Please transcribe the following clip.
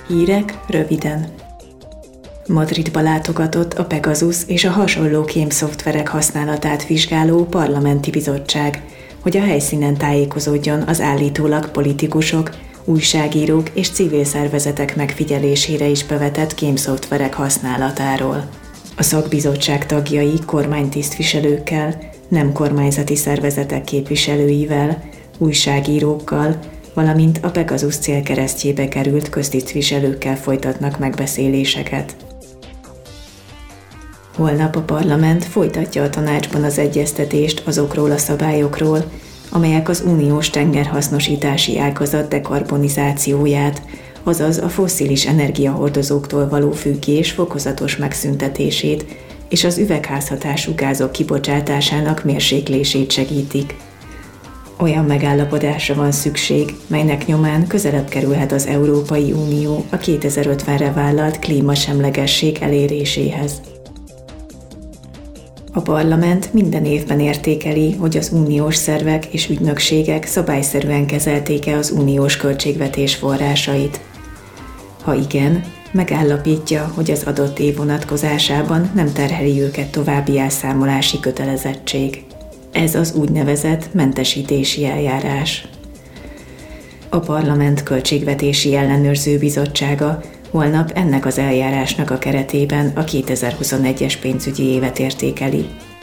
Hírek röviden. Madridba látogatott a Pegasus és a hasonló kémszoftverek használatát vizsgáló parlamenti bizottság, hogy a helyszínen tájékozódjon az állítólag politikusok, újságírók és civil szervezetek megfigyelésére is bevetett kémszoftverek használatáról. A szakbizottság tagjai kormánytisztviselőkkel, nem kormányzati szervezetek képviselőivel, újságírókkal, valamint a Pegasus célkeresztjébe került köztisztviselőkkel folytatnak megbeszéléseket. Holnap a parlament folytatja a tanácsban az egyeztetést azokról a szabályokról, amelyek az uniós tengerhasznosítási ágazat dekarbonizációját, azaz a fosszilis energiahordozóktól való függés fokozatos megszüntetését és az üvegházhatású gázok kibocsátásának mérséklését segítik. Olyan megállapodásra van szükség, melynek nyomán közelebb kerülhet az Európai Unió a 2050-re vállalt klímasemlegesség eléréséhez. A parlament minden évben értékeli, hogy az uniós szervek és ügynökségek szabályszerűen kezelték-e az uniós költségvetés forrásait. Ha igen, megállapítja, hogy az adott év vonatkozásában nem terheli őket további elszámolási kötelezettség. Ez az úgynevezett mentesítési eljárás. A Parlament Költségvetési Ellenőrző Bizottsága holnap ennek az eljárásnak a keretében a 2021-es pénzügyi évet értékeli.